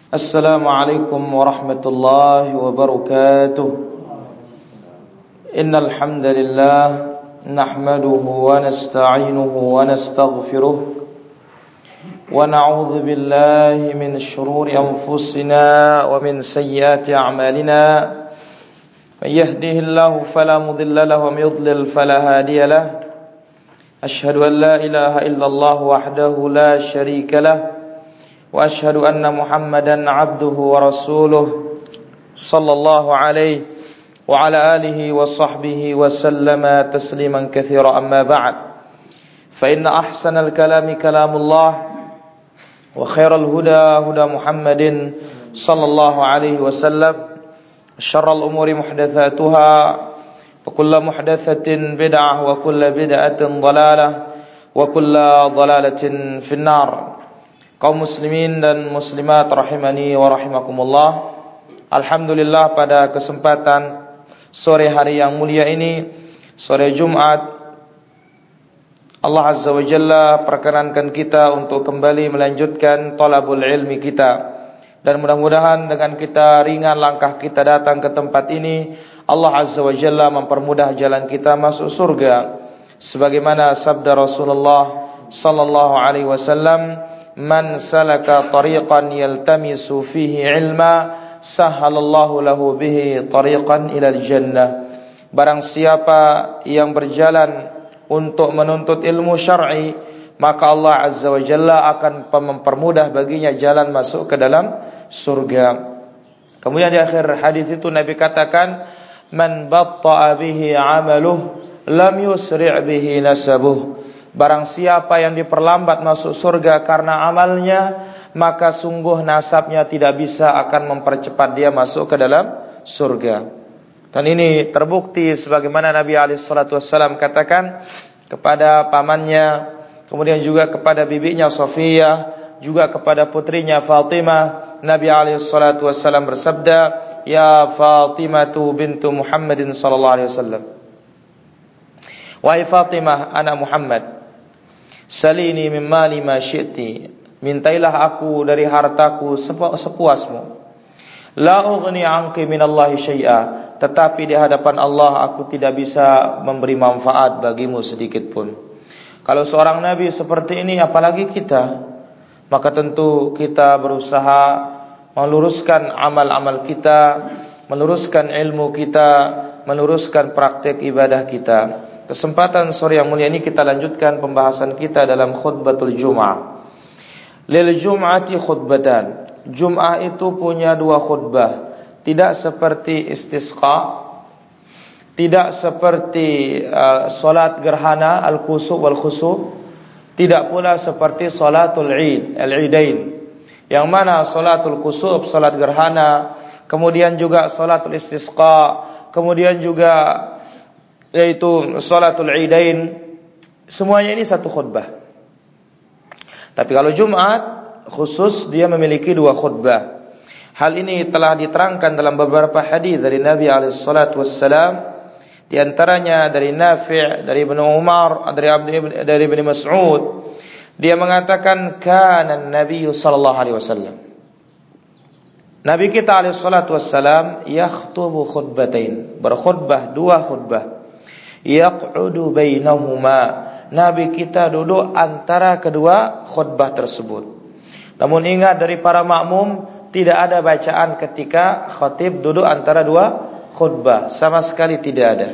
Assalamualaikum warahmatullahi wabarakatuh. Innal hamdalillah nahmaduhu wa nasta'inuhu wa nastaghfiruh wa na'udzu billahi min shururi anfusina wa min sayyiati a'malina. May yahdihillahu fala mudilla lahu wa may yudlil fala hadiya lahu. Ashhadu an la ilaha illallah wahdahu la syarika lahu wa ashhadu anna Muhammadan abduhu wa rasuluh sallallahu alaihi wa ala alihi wa sahbihi wa sallama tasliman katsira amma ba'd fa inna ahsanal kalami kalamullah wa khairal huda huda Muhammadin sallallahu alaihi wasallam syarrul umuri muhdatsatuha wa kullu muhdatsatin bid'ah wa kullu bid'atin dhalalah wa kullu dhalalatin finnar. Kaum muslimin dan muslimat rahimani wa rahimakumullah. Alhamdulillah pada kesempatan sore hari yang mulia ini, sore Jumat, Allah Azza wa Jalla perkenankan kita untuk kembali melanjutkan thalabul ilmi kita. Dan mudah-mudahan dengan kita ringan langkah kita datang ke tempat ini, Allah Azza wa Jalla mempermudah jalan kita masuk surga. Sebagaimana sabda Rasulullah sallallahu alaihi wasallam, man salaka tariqan yaltamisu fihi ilma sahhalallahu lahu bihi tariqan ilal jannah. Barang siapa yang berjalan untuk menuntut ilmu syar'i, maka Allah Azza wa Jalla akan mempermudah baginya jalan masuk ke dalam surga. Kemudian di akhir hadis itu Nabi katakan, man batta'a bihi 'amaluhu lam yusri' bihi nasabuh. Barang siapa yang diperlambat masuk surga karena amalnya, maka sungguh nasabnya tidak bisa akan mempercepat dia masuk ke dalam surga. Dan ini terbukti sebagaimana Nabi SAW katakan kepada pamannya, kemudian juga kepada bibinya Safiyah, juga kepada putrinya Fatimah. Nabi SAW bersabda, ya Fatimatu bintu Muhammadin sallallahu alaihi wasallam, wahai Fatimah anak Muhammad, salini min mali ma syi'ti, mintailah aku dari hartaku sepuasmu. La ughni anki minallahi syai'a, tetapi di hadapan Allah aku tidak bisa memberi manfaat bagimu sedikit pun. Kalau seorang nabi seperti ini, apalagi kita, maka tentu kita berusaha meluruskan amal-amal kita, meluruskan ilmu kita, meluruskan praktek ibadah kita. Kesempatan sore yang mulia ini kita lanjutkan pembahasan kita dalam khutbatul Jum'ah. Lil Jum'ati khutbatan. Jum'ah itu punya dua khutbah. Tidak seperti istisqa, tidak seperti salat gerhana al-kusuf wal khusuf, tidak pula seperti salatul Id, al-Idain. Yang mana salatul kusuf, salat gerhana, kemudian juga salatul istisqa, kemudian juga yaitu salatul Idain, semuanya ini satu khutbah. Tapi kalau Jumat khusus dia memiliki dua khutbah. Hal ini telah diterangkan dalam beberapa hadis dari Nabi alaihissalatu wassalam, di antaranya dari Nafi', dari Ibnu Umar, dari Ibnu Mas'ud. Dia mengatakan kana Nabi sallallahu alaihi wasallam, Nabi kita alaihissalatu wassalam yakhtubu khutbatain, berkhutbah dua khutbah. Yaq'udu bainahuma, Nabi kita duduk antara kedua khutbah tersebut. Namun ingat, dari para makmum tidak ada bacaan ketika khatib duduk antara dua khutbah, sama sekali tidak ada.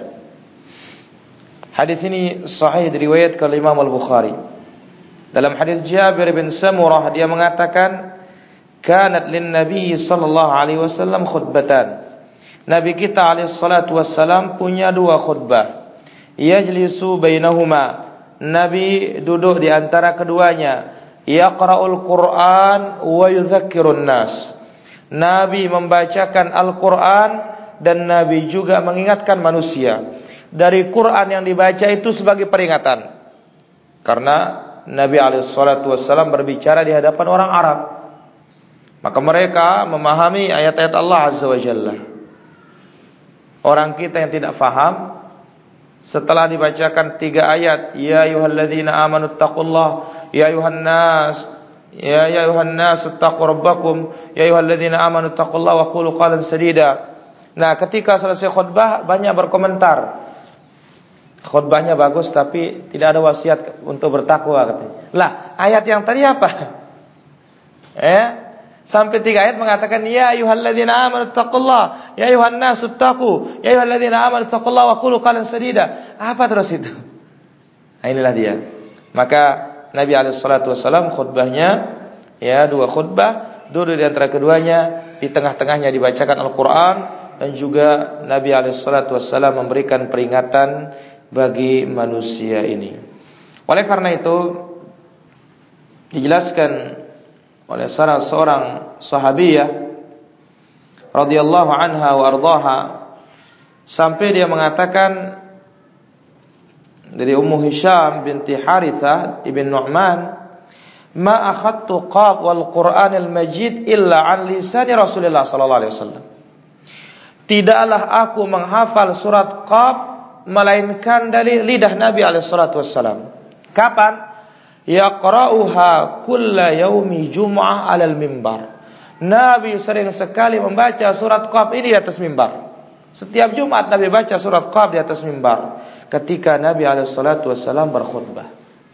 Hadis ini sahih diriwayatkan oleh Imam Al-Bukhari. Dalam hadis Jabir bin Samurah dia mengatakan, kanat lin Nabi sallallahu alaihi wasallam khutbatan. Nabi kita alaihi salatu wassalam punya dua khutbah. Yajlisu bainahuma, Nabi duduk di antara keduanya. Yaqra'ul Qur'an wa yudzakkirun nas, Nabi membacakan Al-Qur'an dan Nabi juga mengingatkan manusia. Dari Qur'an yang dibaca itu sebagai peringatan, karena Nabi alaihissalatu wassalam berbicara di hadapan orang Arab, maka mereka memahami ayat-ayat Allah Azza wa Jalla. Orang kita yang tidak faham, setelah dibacakan 3 ayat, ya ayyuhalladzina amanu taqullah, ya ayuhan nas, Ya ayuhan nasu taqu rabbakum ya ayyuhalladzina amanu taqullaha wa qulu qawlan sadida. Nah, ketika selesai khutbah banyak berkomentar. Khutbahnya bagus tapi tidak ada wasiat untuk bertakwa katanya. Lah, ayat yang tadi apa? Sampai 3 ayat mengatakan ya ayyuhalladzina amanu taqullaha ya ayyuhan nasu taqu ya ayyuhalladzina amanu taqullaha wa qulu qawlan sadida. Apa terus itu? Nah, inilah dia. Maka Nabi SAW khutbahnya 2 khutbah, duduk di antara keduanya, di tengah-tengahnya dibacakan Al-Quran, dan juga Nabi SAW memberikan peringatan bagi manusia ini. Oleh karena itu dijelaskan oleh salah seorang sahabiyah radhiyallahu anha wa ardhaha, sampai dia mengatakan dari Ummu Hisham binti Harithah ibn Nu'man, ma akhadtu qaf wal Qur'anil Majid illa an lisani Rasulullah sallallahu alaihi wasallam. Tidaklah aku menghafal surat Qaf melainkan dari lidah Nabi alaihi salatu wasallam. Kapan? Yaqra'uha kulla yaumi jum'ah 'alal mimbar. Nabi sering sekali membaca surat Qaf ini di atas mimbar. Setiap Jumat Nabi baca surat Qaf di atas mimbar ketika Nabi alaihissalatu wassalam berkhutbah.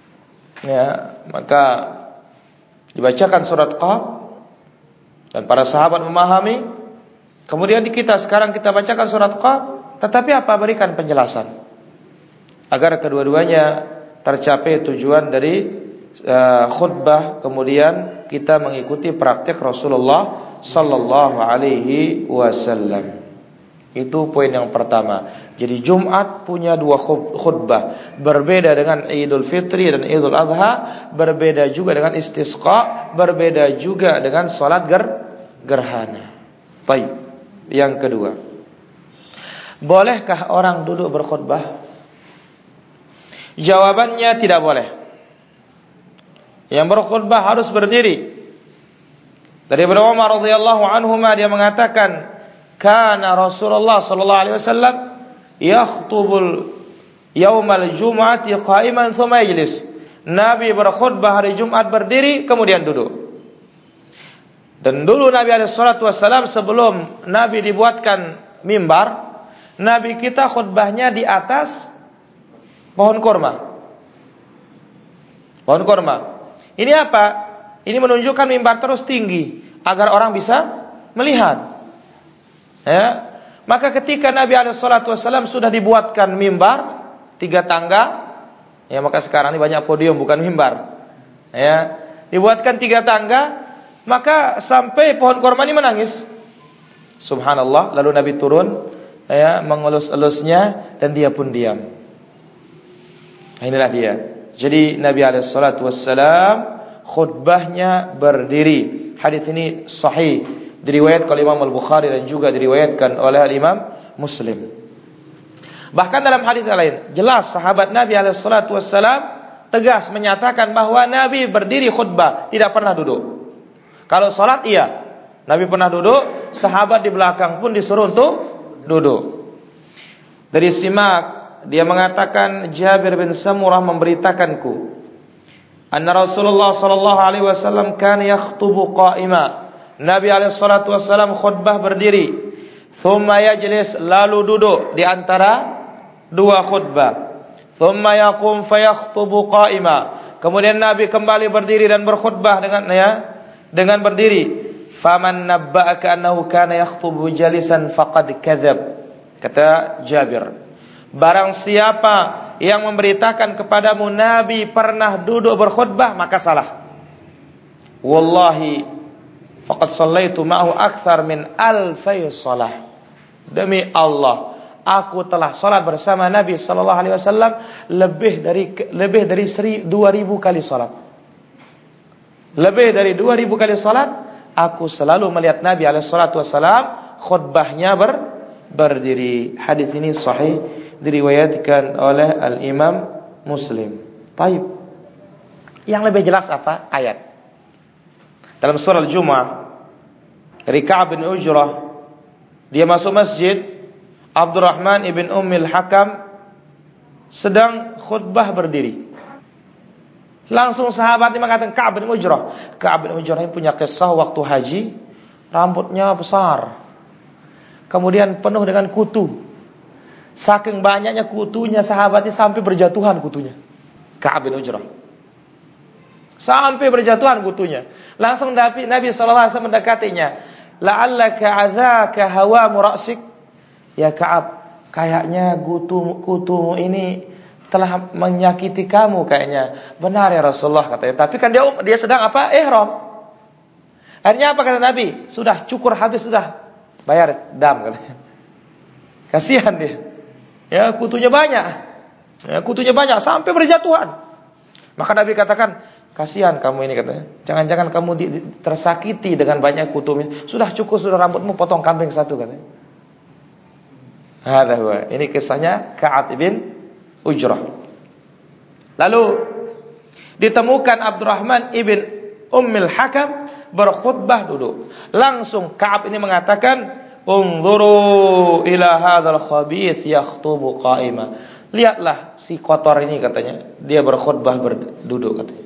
Maka dibacakan surat Qaf dan para sahabat memahami. Kemudian kita sekarang kita bacakan surat Qaf, tetapi apa? Berikan penjelasan agar kedua-duanya tercapai tujuan dari khutbah. Kemudian kita mengikuti praktik Rasulullah sallallahu alaihi wasallam. Itu poin yang pertama. Jadi Jumat punya 2 khutbah, berbeda dengan Idul Fitri dan Idul Adha, berbeda juga dengan istisqa, berbeda juga dengan salat gerhana. Baik. Yang kedua, bolehkah orang duduk berkhutbah? Jawabannya tidak boleh. Yang berkhutbah harus berdiri. Dari Ibnu Umar radhiyallahu anhuma dia mengatakan, kana Rasulullah sallallahu alaihi wasallam yakhtubul yaumal jum'ati qa'iman thumma yajlis. Nabi berkhutbah hari Jumat berdiri kemudian duduk. Dan dulu Nabi alaihi salatu wasallam sebelum Nabi dibuatkan mimbar, Nabi kita khutbahnya di atas pohon kurma. Pohon kurma. Ini apa? Ini menunjukkan mimbar terus tinggi agar orang bisa melihat. Maka ketika Nabi SAW sudah dibuatkan mimbar 3 tangga, maka sekarang ini banyak podium bukan mimbar. Dibuatkan 3 tangga, maka sampai pohon kurma ini menangis. Subhanallah, lalu Nabi turun, mengelus-elusnya dan dia pun diam. Inilah dia. Jadi Nabi SAW khutbahnya berdiri. Hadis ini sahih, diriwayatkan oleh Imam Al-Bukhari dan juga diriwayatkan oleh Imam Muslim. Bahkan dalam hadis lain, jelas sahabat Nabi SAW tegas menyatakan bahwa Nabi berdiri khutbah, tidak pernah duduk. Kalau salat iya, Nabi pernah duduk, sahabat di belakang pun disuruh untuk duduk. Dari Simak, dia mengatakan Jabir bin Samurah memberitakanku, anna Rasulullah sallallahu alaihi wasallam kana yakhutubu qa'ima. Nabi SAW khutbah berdiri, thumma yajlis, lalu duduk di antara 2 khutbah, thumma yaqum fayakhtubu qa'ima. Kemudian Nabi kembali berdiri dan berkhutbah dengan berdiri. Faman nabba'aka annahu kana yakhutubu jalisan faqad kadzab. Kata Jabir, barang siapa yang memberitakan kepadamu Nabi pernah duduk berkhutbah, maka salah. Wallahi faqad shallaitu ma'ahu akthar min alfai shalah. Demi Allah, aku telah salat bersama Nabi sallallahu alaihi wasallam lebih dari 2000 kali salat. Lebih dari 2000 kali salat, aku selalu melihat Nabi alaihi salatu wasallam khutbahnya berdiri. Hadis ini sahih, diriwayatkan oleh Al-Imam Muslim. Baik. Yang lebih jelas apa? Ayat. Dalam surah Al-Jumu'ah, dari Ka'ab bin Ujrah, dia masuk masjid, Abdurrahman ibn Ummil Hakam sedang khutbah berdiri. Langsung sahabat ini mengatakan Ka'ab bin Ujrah. Ka'ab bin Ujrah ini punya kisah waktu haji, rambutnya besar, kemudian penuh dengan kutu. Saking banyaknya kutunya sahabat ini sampai berjatuhan kutunya. Ka'ab bin Ujrah sampai berjatuhan kutunya. Langsung Nabi SAW mendekatinya. La'allaka adzaka hawamu ra'sik. Ya Ka'ab, kayaknya kutumu ini telah menyakiti kamu kayaknya. Benar ya Rasulullah katanya. Tapi kan dia sedang apa? Ihram. Akhirnya apa kata Nabi? Sudah cukur habis sudah. Bayar dam katanya. Kasihan dia. Ya kutunya banyak. Ya kutunya banyak sampai berjatuhan. Maka Nabi katakan, kasihan kamu ini katanya. Jangan-jangan kamu tersakiti dengan banyak kutunya. Sudah cukur sudah rambutmu potong kambing satu katanya. Ini kisahnya Ka'ab bin Ujrah. Lalu ditemukan Abdurrahman ibn Ummil Hakam berkhutbah duduk. Langsung Ka'ab ini mengatakan, "Unzuru ila hadzal khabith yakhtubu qa'ima." Lihatlah si kotor ini katanya, dia berkhutbah berduduk katanya.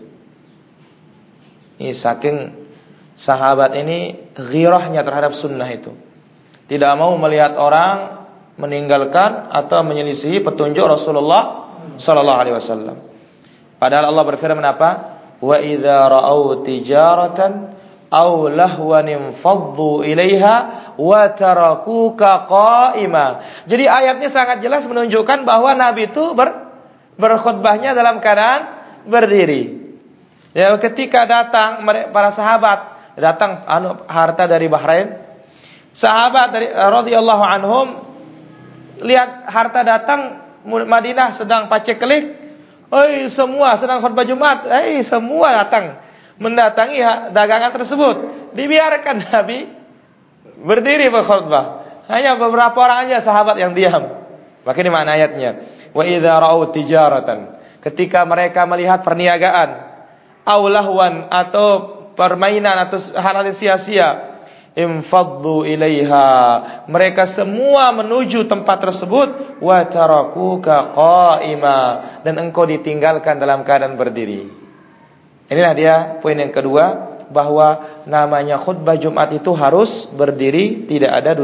Ini saking sahabat ini ghirahnya terhadap sunnah itu. Tidak mau melihat orang meninggalkan atau menyelisihi petunjuk Rasulullah sallallahu alaihi wasallam. Padahal Allah berfirman apa? Wa idza ra'au tijaratan aw lahwan infaddu ilaiha wa tarakuka qa'ima. Jadi ayatnya sangat jelas menunjukkan bahwa Nabi itu berkhutbahnya dalam keadaan berdiri. Ya, ketika datang para sahabat datang harta dari Bahrain, sahabat dari radhiyallahu anhum lihat harta datang Madinah sedang paceklik, semua sedang khutbah Jumat, semua datang mendatangi dagangan tersebut. Dibiarkan Nabi berdiri berkhutbah. Hanya beberapa orang aja sahabat yang diam. Maka ini makna ayatnya. Wa idza ra'au tijaratan, ketika mereka melihat perniagaan, aw lahwan atau permainan atau hal-hal sia-sia, infaddu ilaiha, mereka semua menuju tempat tersebut, wa tarakuka qa'ima, dan engkau ditinggalkan dalam keadaan berdiri. Inilah dia poin yang kedua, bahwa namanya khutbah Jumat itu harus berdiri, tidak ada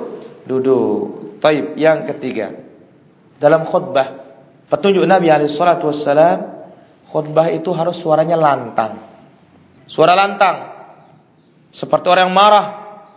duduk. Taib. Yang ketiga, dalam khutbah petunjuk Nabi alaihi salatu wassalam, khutbah itu harus suaranya lantang. Suara lantang seperti orang yang marah.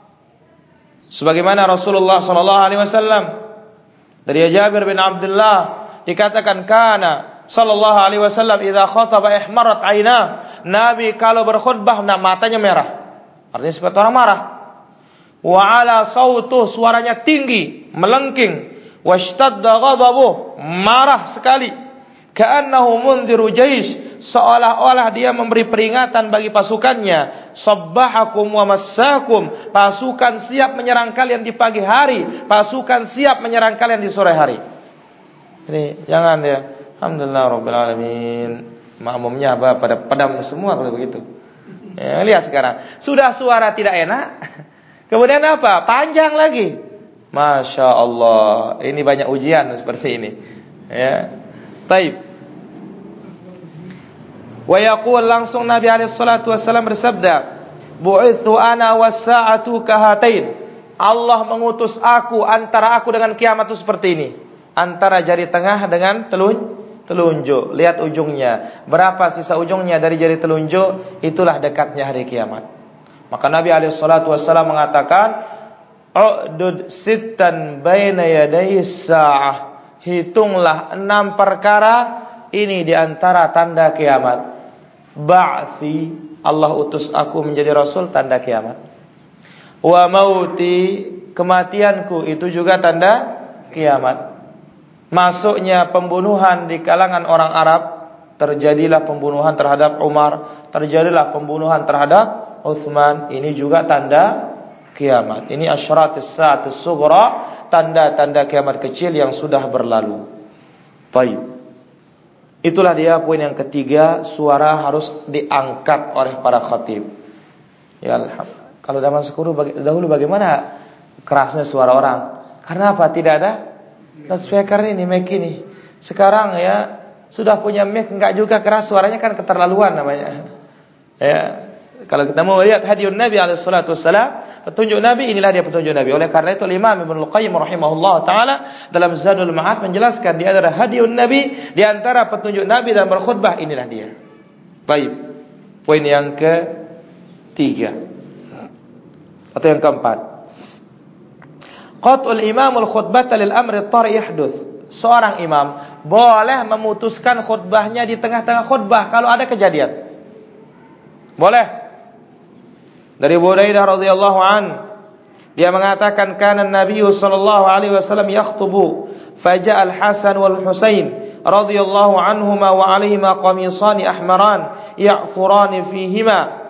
Sebagaimana Rasulullah sallallahu alaihi wasallam dari Jabir bin Abdullah dikatakan, kana sallallahu alaihi wasallam idza khataba ihmarat aina. Nabi kalau berkhutbah matanya merah. Artinya seperti orang marah. Wa ala sautuh, suaranya tinggi, melengking. Washtadda ghadabuh, marah sekali. Ka'annahu mundziru jaish, seolah-olah dia memberi peringatan bagi pasukannya. Sabbahakum wa massakum, pasukan siap menyerang kalian di pagi hari, pasukan siap menyerang kalian di sore hari. Ini jangan ya. Alhamdulillah rabbil alamin. Makmumnya pada padam semua kalau begitu. Ya, lihat sekarang, sudah suara tidak enak. Kemudian apa? Panjang lagi. Masya Allah, ini banyak ujian seperti ini. Ya, baik. Wa yaqul, langsung Nabi alaihi salatu wasallam bersabda, bu'ithu ana was-sa'atu kahatain. Allah mengutus aku, antara aku dengan kiamat itu seperti ini. Antara jari tengah dengan telunjuk. Lihat ujungnya. Berapa sisa ujungnya dari jari telunjuk, itulah dekatnya hari kiamat. Maka Nabi alaihi salatu wasallam mengatakan, u'dud sittan baina yaday sa'ah. Hitunglah 6 perkara ini di antara tanda kiamat. Ba'thi, Allah utus aku menjadi rasul, tanda kiamat. Wa mauti, kematianku, itu juga tanda kiamat. Masuknya pembunuhan di kalangan orang Arab, terjadilah pembunuhan terhadap Umar, terjadilah pembunuhan terhadap Utsman, ini juga tanda kiamat. Ini asyratis sa'atis sughra, tanda-tanda kiamat kecil yang sudah berlalu. Baik. Itulah dia poin yang ketiga, suara harus diangkat oleh para khatib. Ya, kalau zaman dahulu bagaimana kerasnya suara orang? Karena apa? Tidak ada loudspeaker ini, mic ini. Sekarang ya Sudah punya mic enggak juga keras, suaranya kan keterlaluan namanya. Ya. Kalau kita mau lihat hadiun Nabi alaihi salatu wassalam, petunjuk Nabi, inilah dia petunjuk Nabi. Oleh karena itu Imam Ibnu Qayyim rahimahullah taala dalam Zadul Ma'ad menjelaskan dia adalah hadiun Nabi, di antara petunjuk Nabi dalam berkhutbah, inilah dia. Baik. Poin yang ketiga atau yang keempat. Qatul imamul khutbata lil amri at-tari yahduts. Seorang imam boleh memutuskan khutbahnya di tengah-tengah khutbah kalau ada kejadian. Boleh. Dari Buraidah radhiyallahu an, dia mengatakan kana Nabi sallallahu alaihi wasallam yakhutubu faja'a al-Hasan wal Husain radhiyallahu anhuma wa alaihima qamisani ahmaran ya'thurani fihima.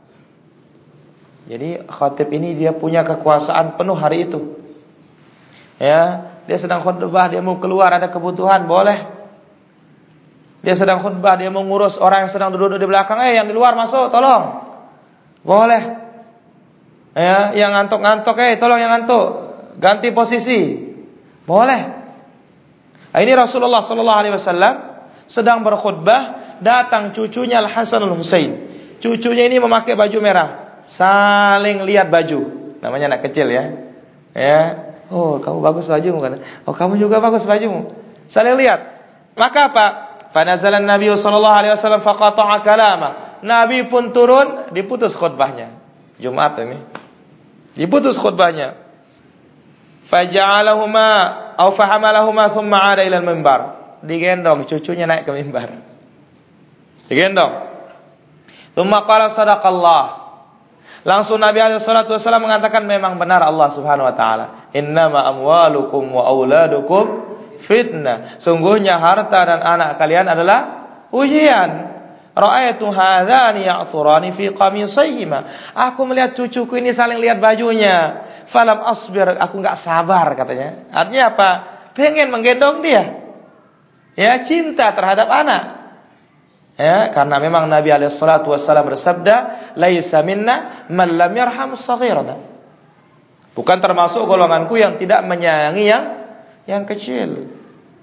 Jadi khatib ini dia punya kekuasaan penuh hari itu. Ya, dia sedang khutbah, dia mau keluar, ada kebutuhan, boleh. Dia sedang khutbah, dia mau ngurus orang yang sedang duduk di belakang, yang di luar masuk, tolong. Boleh. Ya, yang ngantuk-ngantuk, tolong yang ngantuk, ganti posisi. Boleh. Nah, ini Rasulullah sallallahu alaihi wasallam sedang berkhutbah, datang cucunya Al-Hasan Al-Husain. Cucunya ini memakai baju merah, saling lihat baju. Namanya anak kecil ya. Ya. Oh, kamu bagus bajumu kan? Oh, kamu juga bagus bajumu. Saling lihat. Maka apa? Fa nazalan Nabi sallallahu alaihi wasallam faqata'a kalama. Nabi pun turun, diputus khutbahnya. Jumat ini. Diputus khutbahnya. Faja'alahuma aw fahamalahuma thumma 'ada ila al-mimbar. Digendong cucunya naik ke mimbar. Digendong. Thumma qala sadaqallah. Langsung Nabi alaihi salatu wasallam mengatakan memang benar Allah Subhanahu wa taala. Innama amwalukum wa auladukum fitnah. Sungguhnya harta dan anak kalian adalah ujian. Ra'aitu hadzani ya'thurani fi qamisayhima. Aku melihat cucuku ini saling lihat bajunya. Falam asbir, aku enggak sabar katanya. Artinya apa? Pengen menggendong dia. Ya, cinta terhadap anak. Ya, karena memang Nabi alaihi salatu wasallam bersabda, "Laisa minna man lam yarham shaghirana." Bukan termasuk golonganku yang tidak menyayangi yang kecil.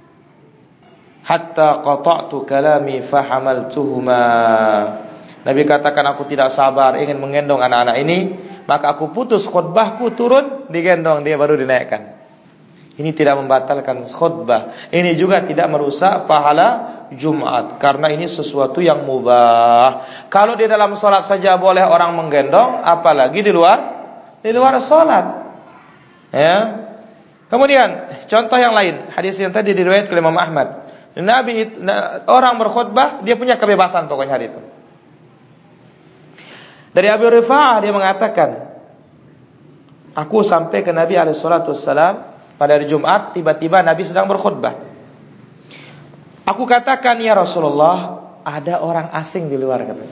Hatta qata'tu kalami fahamaltuhuma. Nabi katakan aku tidak sabar ingin menggendong anak-anak ini, maka aku putus khutbahku, turun, digendong dia baru dinaikkan. Ini tidak membatalkan khutbah. Ini juga tidak merusak pahala Jumat karena ini sesuatu yang mubah. Kalau di dalam salat saja boleh orang menggendong, apalagi di luar salat. Ya. Kemudian contoh yang lain, hadis yang tadi diriwayatkan oleh Imam Ahmad. Nabi orang berkhutbah, dia punya kebebasan pokoknya hari itu. Dari Abu Rifa'ah dia mengatakan, aku sampai ke Nabi alaihi salatu wassalam pada hari Jumat, tiba-tiba Nabi sedang berkhutbah. Aku katakan, ya Rasulullah, ada orang asing di luar katanya.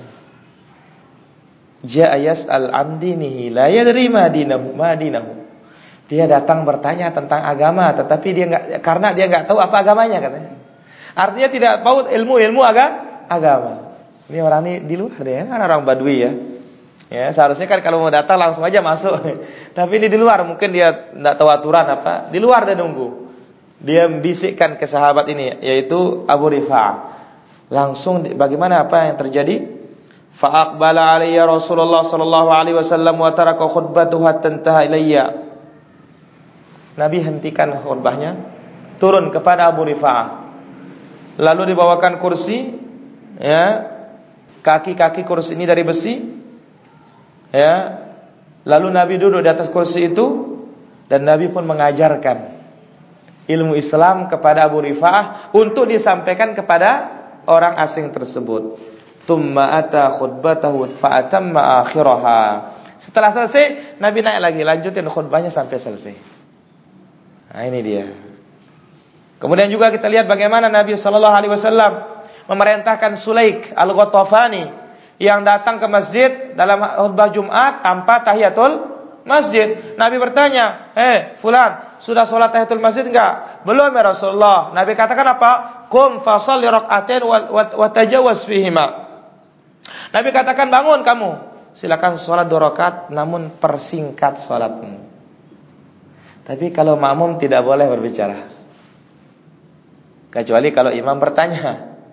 Ja'a yas'al 'an dinihi la yadri ma dinahu. Dia datang bertanya tentang agama, tetapi karena dia enggak tahu apa agamanya katanya. Artinya tidak tahu ilmu agama. Ini orang ini di luar dia, kan orang Badui ya. Ya, seharusnya kan kalau mau datang langsung aja masuk. Tapi ini di luar, mungkin dia enggak tahu aturan apa. Di luar dia nunggu. Dia membisikkan ke sahabat ini, yaitu Abu Rifa'ah. Langsung bagaimana apa yang terjadi? Fa aqbala alayya Rasulullah sallallahu alaihi wasallam wa taraka khutbatahu hatta intaha ilayya. Nabi hentikan khutbahnya, turun kepada Abu Rifa'ah. Lalu dibawakan kursi, ya. Kaki-kaki kursi ini dari besi. Ya. Lalu Nabi duduk di atas kursi itu dan Nabi pun mengajarkan ilmu Islam kepada Abu Rifa'ah untuk disampaikan kepada orang asing tersebut. Tsumma ata khutbatahu fa atamma akhiraha. Setelah selesai, Nabi naik lagi, lanjutin khutbahnya sampai selesai. Nah, ini dia. Kemudian juga kita lihat bagaimana Nabi sallallahu alaihi wasallam memerintahkan Sulaik Al-Ghatafani yang datang ke masjid dalam khutbah Jumat tanpa tahiyatul masjid. Nabi bertanya, fulan, sudah sholat tahiyatul masjid enggak? Belum ya Rasulullah. Nabi katakan apa? Qum fa shalli rak'atain wa tajawaz fihima. Nabi katakan, bangun kamu, silakan sholat 2 rakaat namun persingkat sholatmu. Tapi kalau makmum tidak boleh berbicara, kecuali kalau imam bertanya.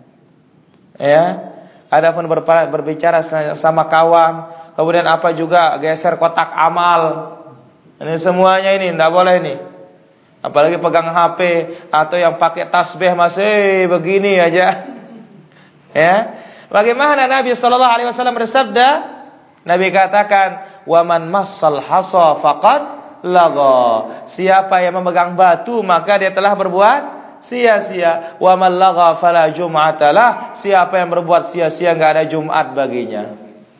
Ya. Adapun berbicara sama kawan, kemudian apa juga geser kotak amal. Ini semuanya ini enggak boleh nih. Apalagi pegang HP atau yang pakai tasbih masih begini aja. Ya. Bagaimana Nabi sallallahu alaihi wasallam bersabda? Nabi katakan, "Wa man massal hasa faqad lagha." Siapa yang memegang batu maka dia telah berbuat sia-sia. Wa man lagha fala jum'ata lah. Siapa yang berbuat sia-sia enggak ada Jumat baginya.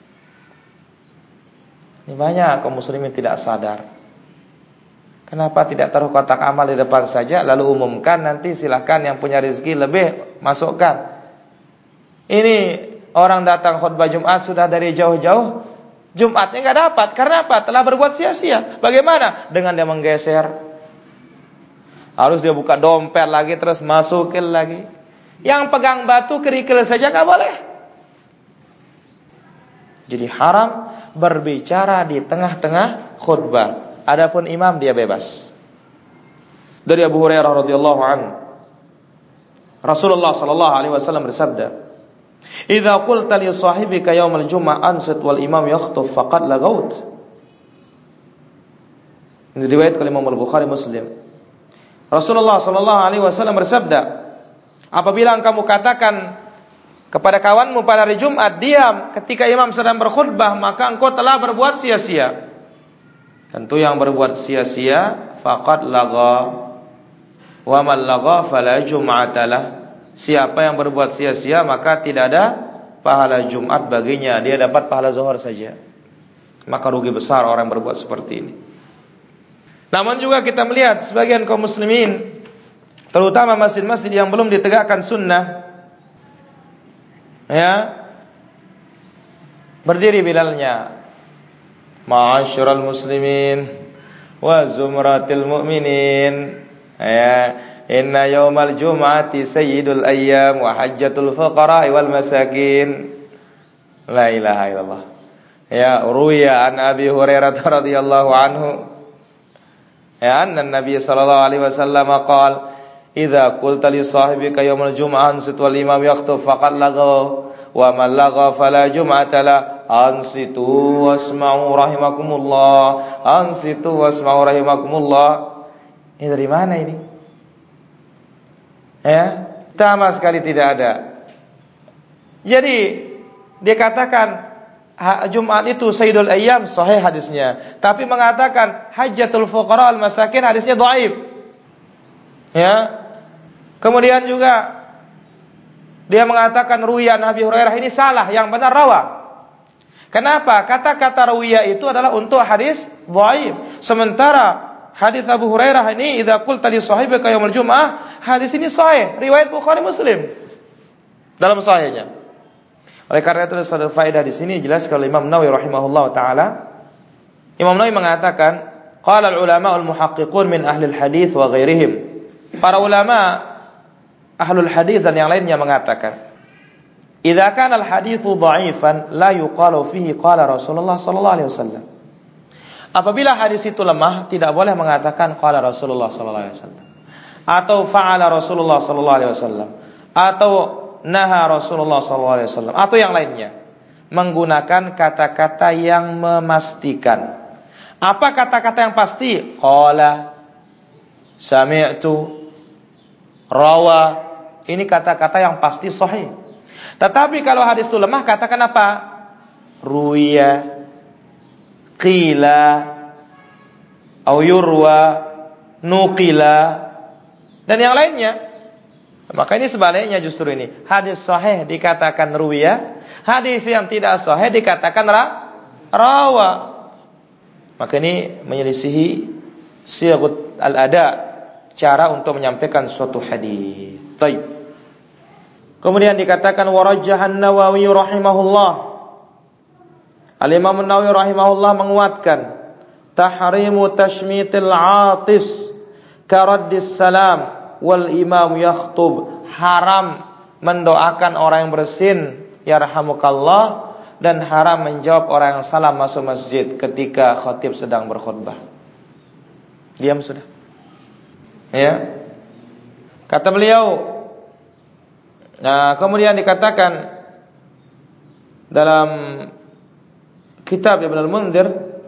Ini banyak kaum muslimin tidak sadar. Kenapa tidak taruh kotak amal di depan saja lalu umumkan, nanti silahkan yang punya rezeki lebih masukkan. Ini orang datang khutbah Jumat sudah dari jauh-jauh, Jumatnya enggak dapat. Karena apa? Telah berbuat sia-sia. Bagaimana? Dengan dia menggeser. Harus dia buka dompet lagi terus masukin lagi. Yang pegang batu kerikil saja enggak boleh. Jadi haram berbicara di tengah-tengah khutbah. Adapun imam dia bebas. Dari Abu Hurairah radhiyallahu anhu, Rasulullah sallallahu alaihi wasallam bersabda, "Idza qulta li sahibika yaumal jum'ah ansit wal imam yakhutub faqad lagaut." Ini riwayat Imam Al-Bukhari Muslim. Rasulullah sallallahu alaihi wasallam bersabda, apabila kamu katakan kepada kawanmu pada hari Jumat, diam ketika imam sedang berkhutbah, maka engkau telah berbuat sia-sia. Tentu yang berbuat sia-sia faqad lagha. Wa man lagha fala jum'atalah. Siapa yang berbuat sia-sia maka tidak ada pahala Jumat baginya, dia dapat pahala zuhur saja. Maka rugi besar orang yang berbuat seperti ini. Namun juga kita melihat sebagian kaum muslimin, terutama masjid-masjid yang belum ditegakkan sunnah, ya, berdiri bilalnya, ma'asyiral muslimin wa zumratil mu'minin, ya, inna yaumal jum'ati sayyidul ayyam wa hajjatul fuqara wal masakin. La ilaha illallah. Ya, ruwiya an Abi Hurairah radhiyallahu anhu, ya, anna Nabi sallallahu alaihi wasallam qala, "Idza qulta li sahibika yaumal jum'ah ansit wal imam yakhutub faqad lagha wa man lagha fala jum'ata la." Ansitu wasma'u rahimakumullah. Ansitu wasma'u rahimakumullah. Ini dari mana ini? Ya, sama sekali tidak ada. Jadi dia katakan Jumat itu Sayyidul Ayyam, sahih hadisnya. Tapi mengatakan Hajjatul Fuqara al Masakin, hadisnya dhaif. Ya. Kemudian juga dia mengatakan ruwiya Nabi Hurairah, ini salah, yang benar rawa. Kenapa? Kata-kata ruwiya itu adalah untuk hadis dhaif. Sementara hadis Abu Hurairah ini, idza qulta li sahibika yaumul jum'ah, hadis ini sahih, riwayat Bukhari Muslim dalam sahihnya. Oleh karena itu ada faedah di sini jelas kalau Imam Nawawi rahimahullah taala. Imam Nawawi mengatakan, qala al-ulama al-muhaqqiqun min ahli al-hadits wa ghairihim. Para ulama ahlul hadits dan yang lainnya mengatakan, idza kana al-haditsu dha'ifan la yuqalu fihi qala Rasulullah sallallahu alaihi wasallam. Apabila hadis itu lemah, tidak boleh mengatakan qala Rasulullah sallallahu alaihi wasallam atau fa'ala Rasulullah sallallahu alaihi wasallam atau naha Rasulullah sallallahu alaihi wasallam atau yang lainnya, menggunakan kata-kata yang memastikan. Apa kata-kata yang pasti? Qala, sami'tu, rawa. Ini kata-kata yang pasti sahih. Tetapi kalau hadis itu lemah, katakan apa? Ruwiya, qila, au yurwa, nuqila, dan yang lainnya. Maka ini sebaliknya justru ini. Hadis sahih dikatakan ruwiya, hadis yang tidak sahih dikatakan rawa. Maka ini menyelisihi sighut al-ada, cara untuk menyampaikan suatu hadis. Baik. Kemudian dikatakan warajjahan Nawawi rahimahullah. Al-Imam Nawawi rahimahullah menguatkan tahrimu tashmitil 'atis karaddis salam wal imam yakhtub, haram mendoakan orang yang bersin yarhamukallah dan haram menjawab orang yang salam masuk masjid ketika khatib sedang berkhutbah. Diam sudah. Ya. Kata beliau, Nah, kemudian dikatakan dalam kitab Ibn al-Mundhir,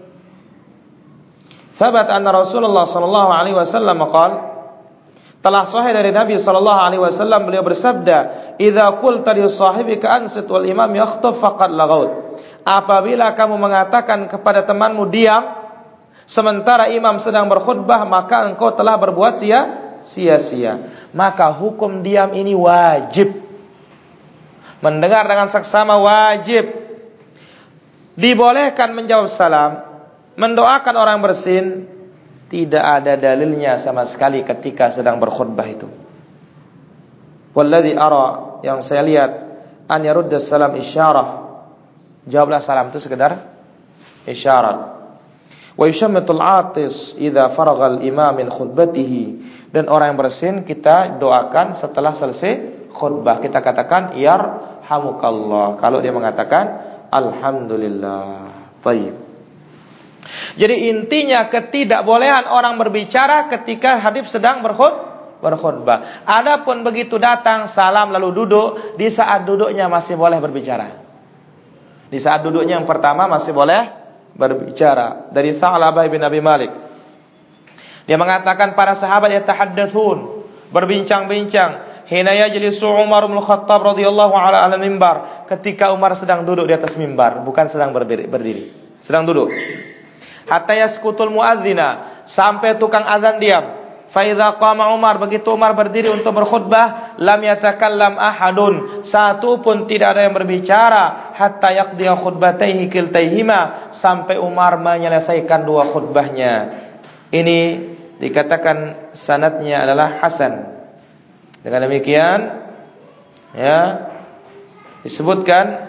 "Thabat anna Rasulullah sallallahu alaihi wasallam qala," telah sahih dari Nabi sallallahu alaihi wasallam, beliau bersabda, "Idza qulta li sahibika ansit wal imam yakhtub faqad lagaut." Apabila kamu mengatakan kepada temanmu diam sementara imam sedang berkhutbah, maka engkau telah berbuat sia-sia. Maka hukum diam ini wajib. Mendengar dengan saksama wajib. Dibolehkan menjawab salam, mendoakan orang bersin, tidak ada dalilnya sama sekali ketika sedang berkhutbah itu. Walladzi ara, yang saya lihat, an yarudda salam isyarah. Jawablah salam itu sekedar isyarat. Wa yushammitul atis idza faragha al-imam min khutbatihi, dan orang yang bersin kita doakan setelah selesai khutbah. Kita katakan yarhamukallah kalau dia mengatakan alhamdulillah. Baik. Jadi intinya ketidakbolehan orang berbicara ketika hadis sedang berkhutbah. Adapun begitu datang salam lalu duduk, di saat duduknya masih boleh berbicara. Di saat duduknya yang pertama masih boleh berbicara. Dari Tha'labah bin Abi Malik, dia mengatakan para sahabat yatahaddatsun, berbincang-bincang, hina yajlisu Umar bin Khattab radhiyallahu ala al-mimbar, ketika Umar sedang duduk di atas mimbar, bukan sedang berdiri, sedang duduk. Hatta yaskutul muadzina, sampai tukang azan diam. Fa idza qama Umar, begitu Umar berdiri untuk berkhutbah, lam yatakallam ahadun, satu pun tidak ada yang berbicara, hatta yaqdiya khutbataihi kiltaihima, sampai Umar menyelesaikan dua khutbahnya. Ini dikatakan sanadnya adalah hasan. Dengan demikian ya disebutkan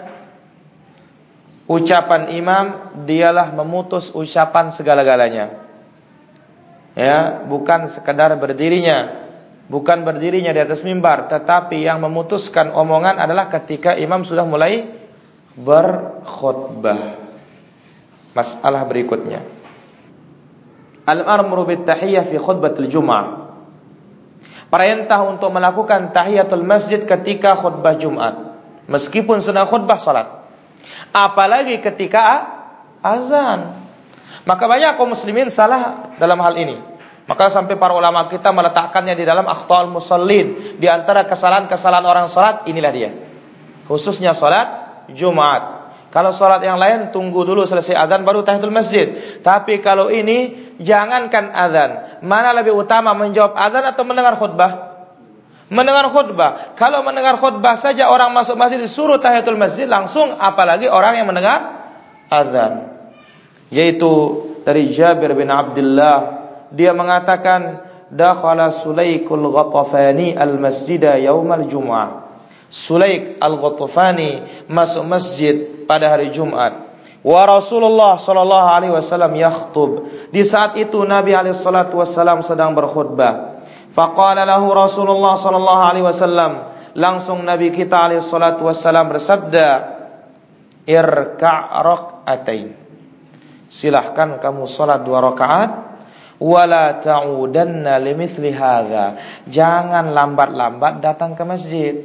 ucapan imam dialah memutus ucapan segala-galanya. Ya, bukan sekadar berdirinya, bukan berdirinya di atas mimbar, tetapi yang memutuskan omongan adalah ketika imam sudah mulai berkhutbah. Masalah berikutnya, al-amru bit tahiyyah fi khutbatil Jum'ah. Perintah untuk melakukan tahiyatul masjid ketika khutbah Jumat, meskipun sedang khutbah salat. Apalagi ketika azan. Maka banyak kaum muslimin salah dalam hal ini. Maka sampai para ulama kita meletakkannya di dalam akhtaul musallin. Di antara kesalahan-kesalahan orang salat, inilah dia. Khususnya salat Jumat. Kalau salat yang lain tunggu dulu selesai azan baru tahiyatul masjid. Tapi kalau ini jangankan azan, mana lebih utama menjawab azan atau mendengar khutbah? Mendengar khutbah. Kalau mendengar khutbah saja orang masuk masjid disuruh tahiyatul masjid langsung, apalagi orang yang mendengar azan. Yaitu dari Jabir bin Abdullah, dia mengatakan dakhala Sulaikul Ghatafani al-masjida yaumal Jum'ah. Sulaik al-Ghatafani masuk masjid pada hari Jumat. Wa Rasulullah sallallahu alaihi wasallam yakhtub. Di saat itu Nabi alaihi salatu wasallam sedang berkhutbah. Faqala lahu Rasulullah sallallahu alaihi wasallam, langsung Nabi kita alaihi salatu wasallam bersabda, irka' rak'atain. Silahkan kamu salat 2 rakaat, wala ta'udanna limithli hadza. Jangan lambat-lambat datang ke masjid.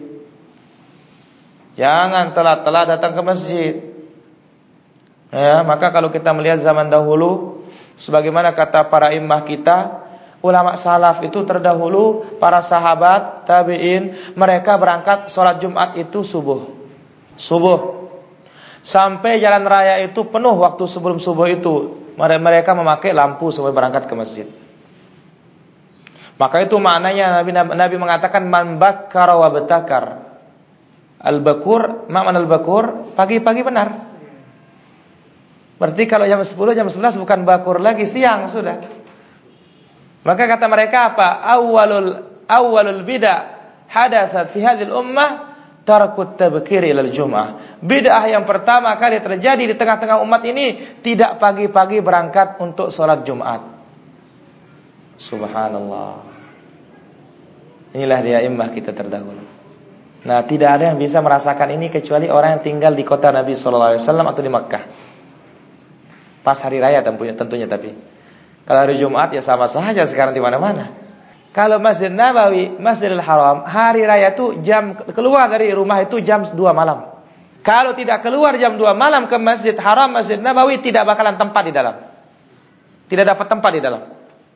Jangan telat-telat datang ke masjid. Ya, maka kalau kita melihat zaman dahulu, sebagaimana kata para imam kita, ulama salaf itu terdahulu, para sahabat, tabi'in, mereka berangkat salat Jumat itu subuh. Sampai jalan raya itu penuh waktu sebelum subuh itu. Mereka memakai lampu supaya berangkat ke masjid. Maka itu maknanya Nabi mengatakan man bakkara wa batakar. Al-bakur, makna al-bakur, pagi-pagi benar. Berarti kalau jam 10, jam 11 bukan bakur lagi, siang sudah. Maka kata mereka apa? Awwalul bid'ah hadatsat fi hadhil ummah tarkut tabkir ilal Jum'ah. Bid'ah yang pertama kali terjadi di tengah-tengah umat ini, tidak pagi-pagi berangkat untuk sholat Jumat. Subhanallah. Inilah dia imam kita terdahulu. Nah, tidak ada yang bisa merasakan ini kecuali orang yang tinggal di kota Nabi sallallahu alaihi wasallam atau di Makkah. Pas hari raya tentunya tapi kalau hari Jumat ya sama saja sekarang di mana-mana. Kalau Masjid Nabawi, Masjidil Haram, hari raya itu jam keluar dari rumah itu jam 2 malam. Kalau tidak keluar jam 2 malam ke Masjid Haram, Masjid Nabawi, tidak bakalan tempat di dalam. Tidak dapat tempat di dalam.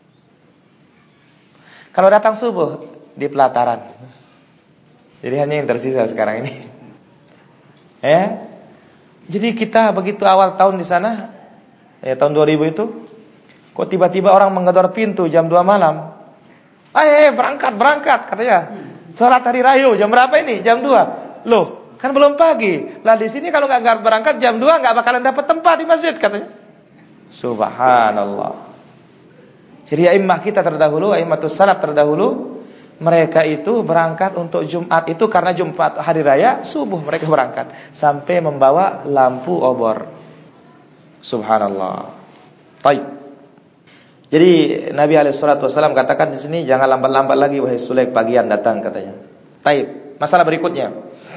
Kalau datang subuh di pelataran. Jadi hanya yang tersisa sekarang ini. Ya. Jadi kita begitu awal tahun di sana, tahun 2000 itu, kok tiba-tiba orang menggedor pintu jam 2 malam. Berangkat katanya. Salat hari raya jam berapa ini? Jam 2. Loh, kan belum pagi. Lah di sini kalau enggak berangkat jam 2 enggak bakalan dapat tempat di masjid katanya. Subhanallah. Jadi a'immah kita terdahulu, a'immatus salaf terdahulu, mereka itu berangkat untuk Jumat itu karena Jumat hari raya, subuh mereka berangkat sampai membawa lampu obor. Subhanallah. Baik. Jadi Nabi SAW katakan di sini, jangan lambat-lambat lagi wahai Sulaik, pagian datang katanya. Baik. Masalah berikutnya.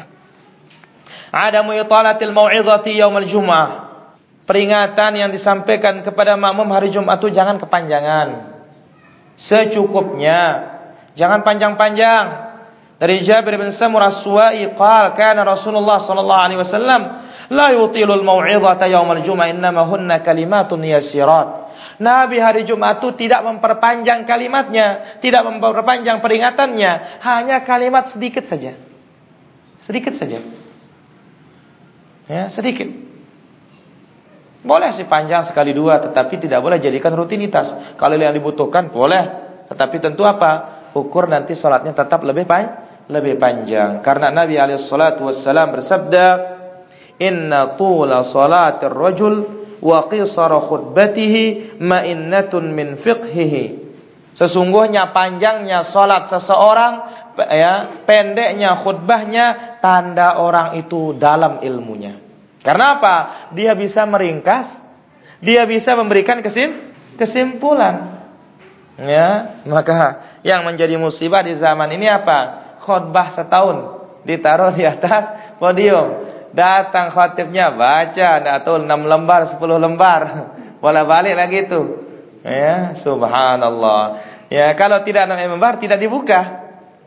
Adamu italatil mau'izati yaumil jumu'ah. Peringatan yang disampaikan kepada makmum hari Jumat itu jangan kepanjangan. Secukupnya. Jangan panjang-panjang. Dari Jabir bin Samurah As-Suwa'i qala kana Rasulullah sallallahu alaihi wasallam la yutilul mau'izata yaumil jumu'ah innama hunna kalimatun yasirat. Nabi hari Jumat itu tidak memperpanjang kalimatnya, tidak memperpanjang peringatannya, hanya kalimat sedikit saja. Sedikit saja. Ya, sedikit. Boleh sih panjang sekali dua, tetapi tidak boleh jadikan rutinitas. Kalau yang dibutuhkan boleh, tetapi tentu apa? Ukur nanti salatnya tetap lebih panjang. Karena Nabi alaihissalatu wassalam bersabda, "Inna tula salatir rajul wa qisara khutbatihi ma'innatun min fiqhihi." Sesungguhnya panjangnya salat seseorang, pendeknya khutbahnya, tanda orang itu dalam ilmunya. Karena apa? Dia bisa meringkas, dia bisa memberikan kesimpulan. Ya, maka yang menjadi musibah di zaman ini apa? Khutbah setahun ditaruh di atas podium. Datang khatibnya baca, enggak tahu 6 lembar, 10 lembar. Bolak-balik lagi itu. Ya, subhanallah. Ya, kalau tidak naik lembar tidak dibuka.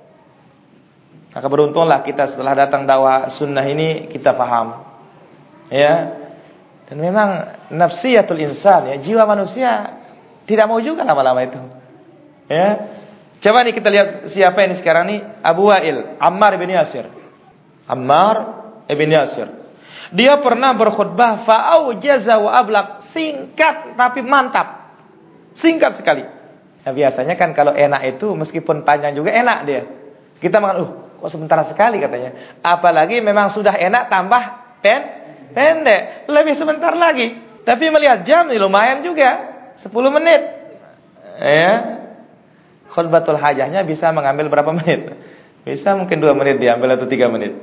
Maka beruntunglah kita setelah datang dakwah sunnah ini kita paham. Ya. Dan memang nafsiyatul insan, ya, jiwa manusia tidak mau juga lama-lama itu. Ya. Coba nih kita lihat siapa ini sekarang nih, Abu Wa'il, Ammar bin Yasir. Ammar Ibn Yasir. Dia pernah berkhutbah fa'aujaza wa ablaq, singkat tapi mantap. Singkat sekali. Nah, biasanya kan kalau enak itu meskipun panjang juga enak dia. Kita makan, kok sebentar sekali katanya. Apalagi memang sudah enak tambah pendek, lebih sebentar lagi. Tapi melihat jam ini lumayan juga, 10 menit. Ya. Khutbatul hajahnya bisa mengambil berapa menit? Bisa mungkin 2 menit diambil atau 3 menit.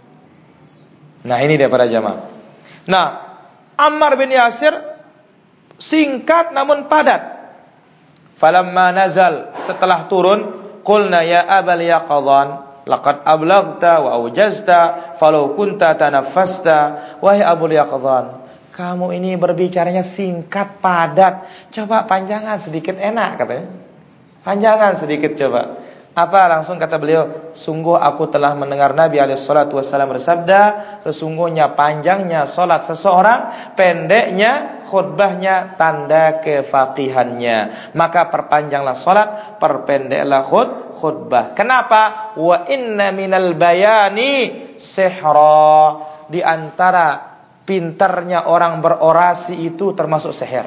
Nah, ini dia para jamaah. Nah, Ammar bin Yasir singkat namun padat. Falamma nazal, setelah turun, qulna ya Abal Yaqadhan, laqad ablaghta wa aujazta falau kunta tanaffasta. Wahai Abul Yaqadhan, kamu ini berbicaranya singkat padat, coba panjangan sedikit enak katanya. Panjangan sedikit coba. Apa langsung kata beliau, sungguh aku telah mendengar Nabi alaihissalatu wassalam bersabda, sesungguhnya panjangnya salat seseorang, pendeknya khutbahnya tanda kefaqihannya. Maka perpanjanglah salat, perpendeklah khutbah. Kenapa? Wa inna minal bayani sihra. Di antara pintarnya orang berorasi itu termasuk sihir.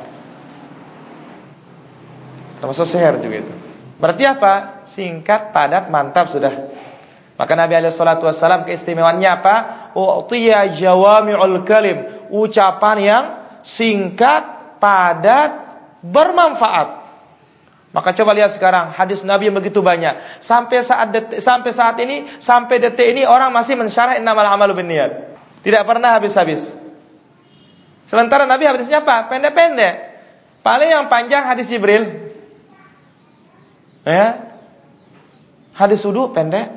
Termasuk sihir juga itu. Berarti apa? Singkat, padat, mantap sudah. Maka Nabi alaihissalatu wassalam keistimewaannya apa? U'tiya jawami'ul kalim, ucapan yang singkat, padat, bermanfaat. Maka coba lihat sekarang hadis Nabi yang begitu banyak. Sampai saat ini, sampai detik ini orang masih mensyarah innamal a'malu binniyat. Tidak pernah habis-habis. Sementara Nabi hadisnya apa? Pendek-pendek. Paling yang panjang hadis Jibril. Ya. Hadis wudu pendek.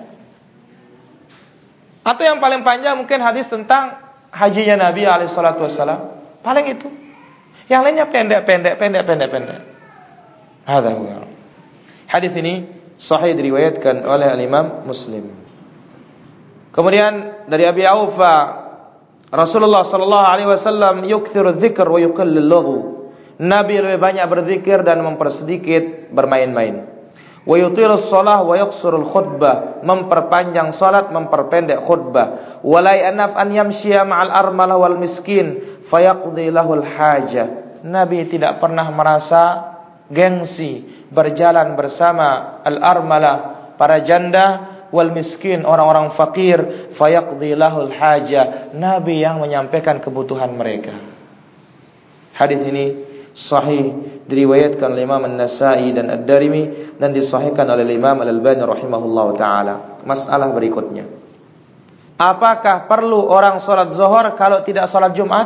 Atau yang paling panjang mungkin hadis tentang hajinya Nabi alaihissalatu wassalam. Paling itu. Yang lainnya pendek. Hadis ini Sahih diriwayatkan oleh Imam Muslim. Kemudian dari Abi Aufa, Rasulullah sallallahu alaihi wasallam yukthiru dzikr wa yuqallil laghu. Nabi lebih banyak berzikir dan mempersedikit bermain-main. Wa yutirus shalah wa yaqsurul khutbah, memperpanjang salat, memperpendek khutbah. Wala yanaf an yamshiya ma'al armalah wal miskin fayaqdi lahul hajah. Nabi tidak pernah merasa gengsi berjalan bersama al-armalah, para janda, wal miskin, orang-orang fakir, fayaqdi lahul hajah. Nabi yang menyampaikan kebutuhan mereka. Hadis ini sahih diriwayatkan oleh Imam An-Nasa'i dan Ad-Darimi dan disahihkan oleh Imam Al-Albani rahimahullahu taala. Masalah berikutnya, apakah perlu orang salat zuhur kalau tidak salat Jumat?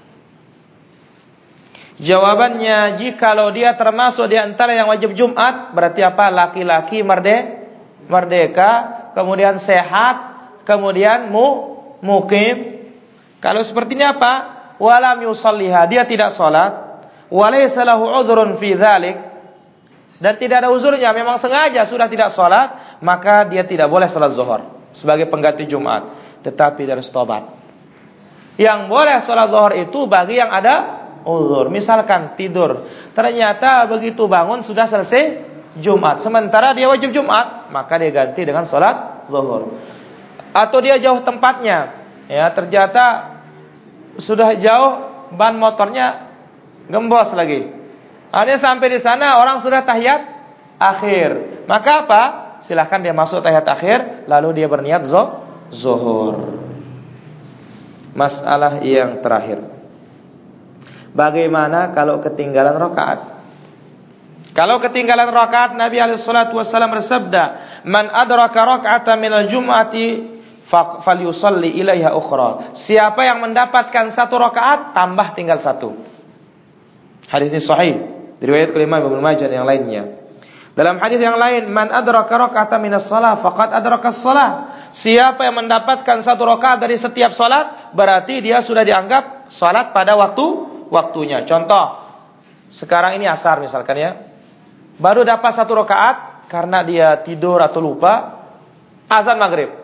Jawabannya, jikalau dia termasuk di antara yang wajib Jumat, berarti apa? Laki-laki merdeka, kemudian sehat, kemudian muqim. Kalau seperti ini apa? Walam yusalliha, dia tidak salat. Walaysa lahu udhrun fi dzalik, dan tidak ada uzurnya, memang sengaja sudah tidak salat, maka dia tidak boleh salat zuhur sebagai pengganti Jumat, tetapi dia harus tobat. Yang boleh salat zuhur itu bagi yang ada uzur. Misalkan tidur, ternyata begitu bangun sudah selesai Jumat, sementara dia wajib Jumat, maka dia ganti dengan salat zuhur. Atau dia jauh tempatnya, ya, ternyata sudah jauh, ban motornya gembos lagi. Dia sampai di sana orang sudah tahiyat akhir. Maka apa? Silahkan dia masuk tahiyat akhir, lalu dia berniat zuhur. Masalah yang terakhir, bagaimana kalau ketinggalan rakaat? Kalau ketinggalan rakaat, Nabi alaihi salatu wasallam bersabda, "Man adraka raka'atan minal jum'ati falyusalli ilaiha ukhra." Siapa yang mendapatkan satu rakaat, tambah tinggal satu. Hadis ini sahih diriwayatkan oleh Imam Ibnu Majah dan yang lainnya. Dalam hadis yang lain, "Man adraka raka'atan minas shalah faqad adraka as-shalah." Siapa yang mendapatkan satu rakaat dari setiap salat, berarti dia sudah dianggap salat pada waktunya. Contoh, sekarang ini asar misalkan ya, baru dapat satu rakaat karena dia tidur atau lupa, azan maghrib.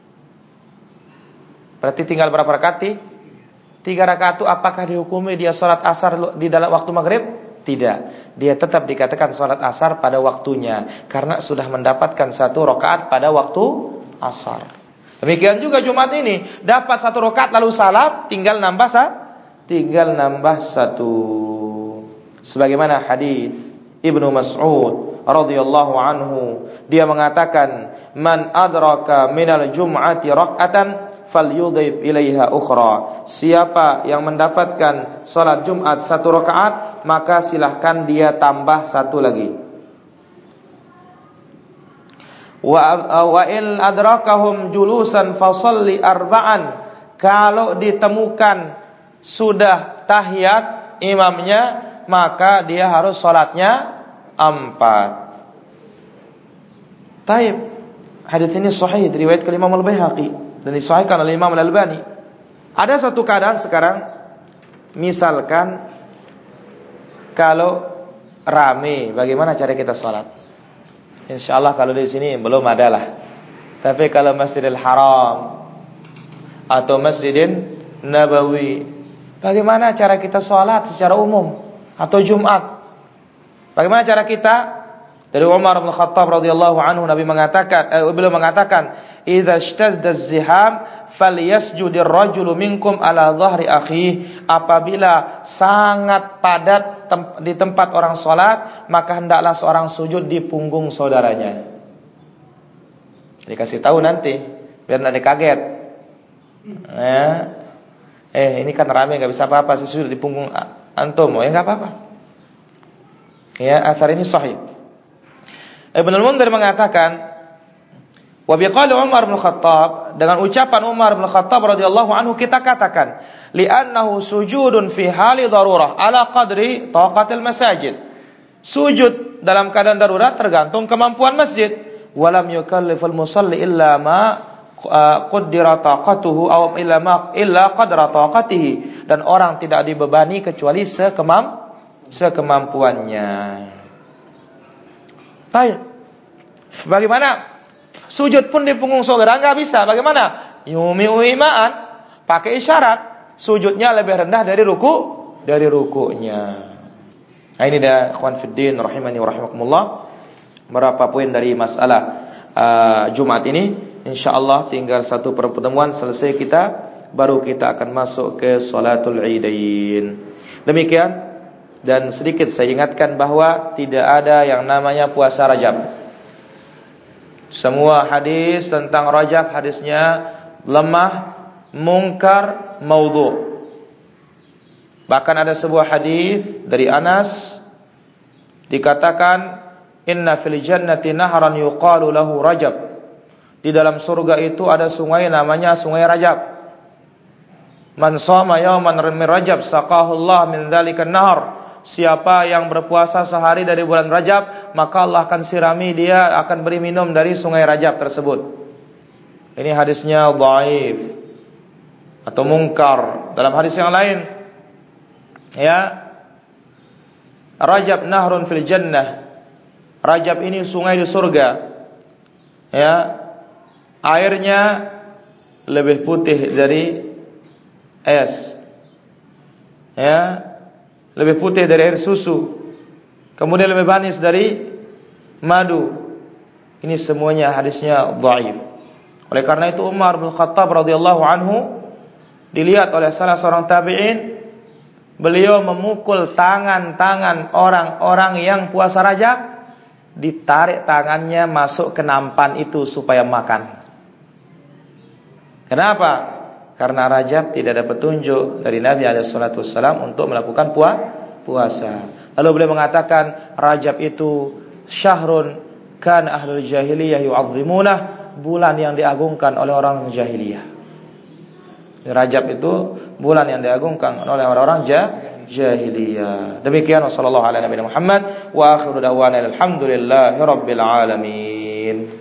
Berarti tinggal berapa rakaat? 3 rakaat itu apakah dihukumi dia salat asar di dalam waktu maghrib? Tidak. Dia tetap dikatakan salat asar pada waktunya, karena sudah mendapatkan satu rakaat pada waktu asar. Demikian juga Jumat ini, dapat satu rakaat lalu salat, tinggal nambah satu. Sebagaimana hadis Ibnu Mas'ud radhiyallahu anhu, dia mengatakan, "Man adraka minal jum'ati rak'atan falyudhif ilaiha ukhra." Siapa yang mendapatkan salat Jumat satu rakaat, maka silahkan dia tambah satu lagi. Wa il adrakahum julusan fasalli arba'an. Kalau ditemukan sudah tahiyat imamnya, maka dia harus salatnya 4. Taib. Hadis ini sahih diriwayatkan Imam Al-Baihaqi dan disahihkan oleh Imam Al-Albani. Ada satu keadaan sekarang, misalkan kalau rame, bagaimana cara kita salat? Insyaallah kalau di sini belum ada lah. Tapi kalau Masjidil Haram atau Masjidin Nabawi, bagaimana cara kita salat secara umum? Atau Jumat, bagaimana cara kita? Dari Umar bin Khattab radhiyallahu anhu, Nabi mengatakan, beliau mengatakan, "Idza ishtadda az-ziham falyasjudir rajulu minkum ala dhahri akhihi." Apabila sangat padat di tempat orang salat, maka hendaklah seorang sujud di punggung saudaranya. Dikasih tahu nanti biar tidak kaget. Ini kan ramai enggak bisa apa-apa, sujud di punggung antum. Ya enggak apa-apa. Ya, athar ini sahih. Ibnu Al-Mundhir mengatakan, wa biqali Umar bin Khattab, dengan ucapan Umar bin Khattab radhiyallahu anhu kita katakan, li'annahu sujudun fi hali darurah ala qadri taqatil masajid. Sujud dalam keadaan darurat tergantung kemampuan masjid. Walam yukalliful musalli illa ma qaddara taqatuhu aw illa qadra taqatihi, dan orang tidak dibebani kecuali sekemampuannya. Baik. Bagaimana? Sujud pun di punggung saudara enggak bisa. Bagaimana? Yumi'u imaan, pakai isyarat. Sujudnya lebih rendah dari ruku'nya. Nah, ini dah ikhwan fiddin rahimani wa rahimakumullah. Berapa poin dari masalah Jumat ini? Insyaallah tinggal satu pertemuan selesai kita, baru kita akan masuk ke salatul Idain. Demikian, dan sedikit saya ingatkan bahwa tidak ada yang namanya puasa Rajab. Semua hadis tentang Rajab hadisnya lemah, mungkar, maudhu'. Bahkan ada sebuah hadis dari Anas dikatakan, inna fil jannati nahran yuqalu lahu Rajab. Di dalam surga itu ada sungai namanya sungai Rajab. Man shoma yawman min Rajab saqahu Allah min dzalikan nahar. Siapa yang berpuasa sehari dari bulan Rajab, maka Allah akan sirami dia, akan beri minum dari sungai Rajab tersebut. Ini hadisnya dhaif atau mungkar. Dalam hadis yang lain, ya, Rajab nahrun fil jannah. Rajab ini sungai di surga. Ya, airnya lebih putih dari es. Ya, lebih putih dari air susu. Kemudian lebih manis dari madu. Ini semuanya hadisnya dhaif. Oleh karena itu Umar bin Khattab radhiyallahu anhu dilihat oleh salah seorang tabi'in, beliau memukul tangan-tangan orang-orang yang puasa Rajab, ditarik tangannya masuk ke nampan itu supaya makan. Kenapa? Karena Rajab tidak ada petunjuk dari Nabi SAW untuk melakukan puasa. Lalu beliau mengatakan Rajab itu syahrun kan ahlul jahiliyah yu'azzimunah, bulan yang diagungkan oleh orang jahiliyah. Rajab itu bulan yang diagungkan oleh orang-orang jahiliyah. Demikian, wassallallahu ala nabiyina Muhammad wa akhiru da'wana alhamdulillahi rabbil alamin.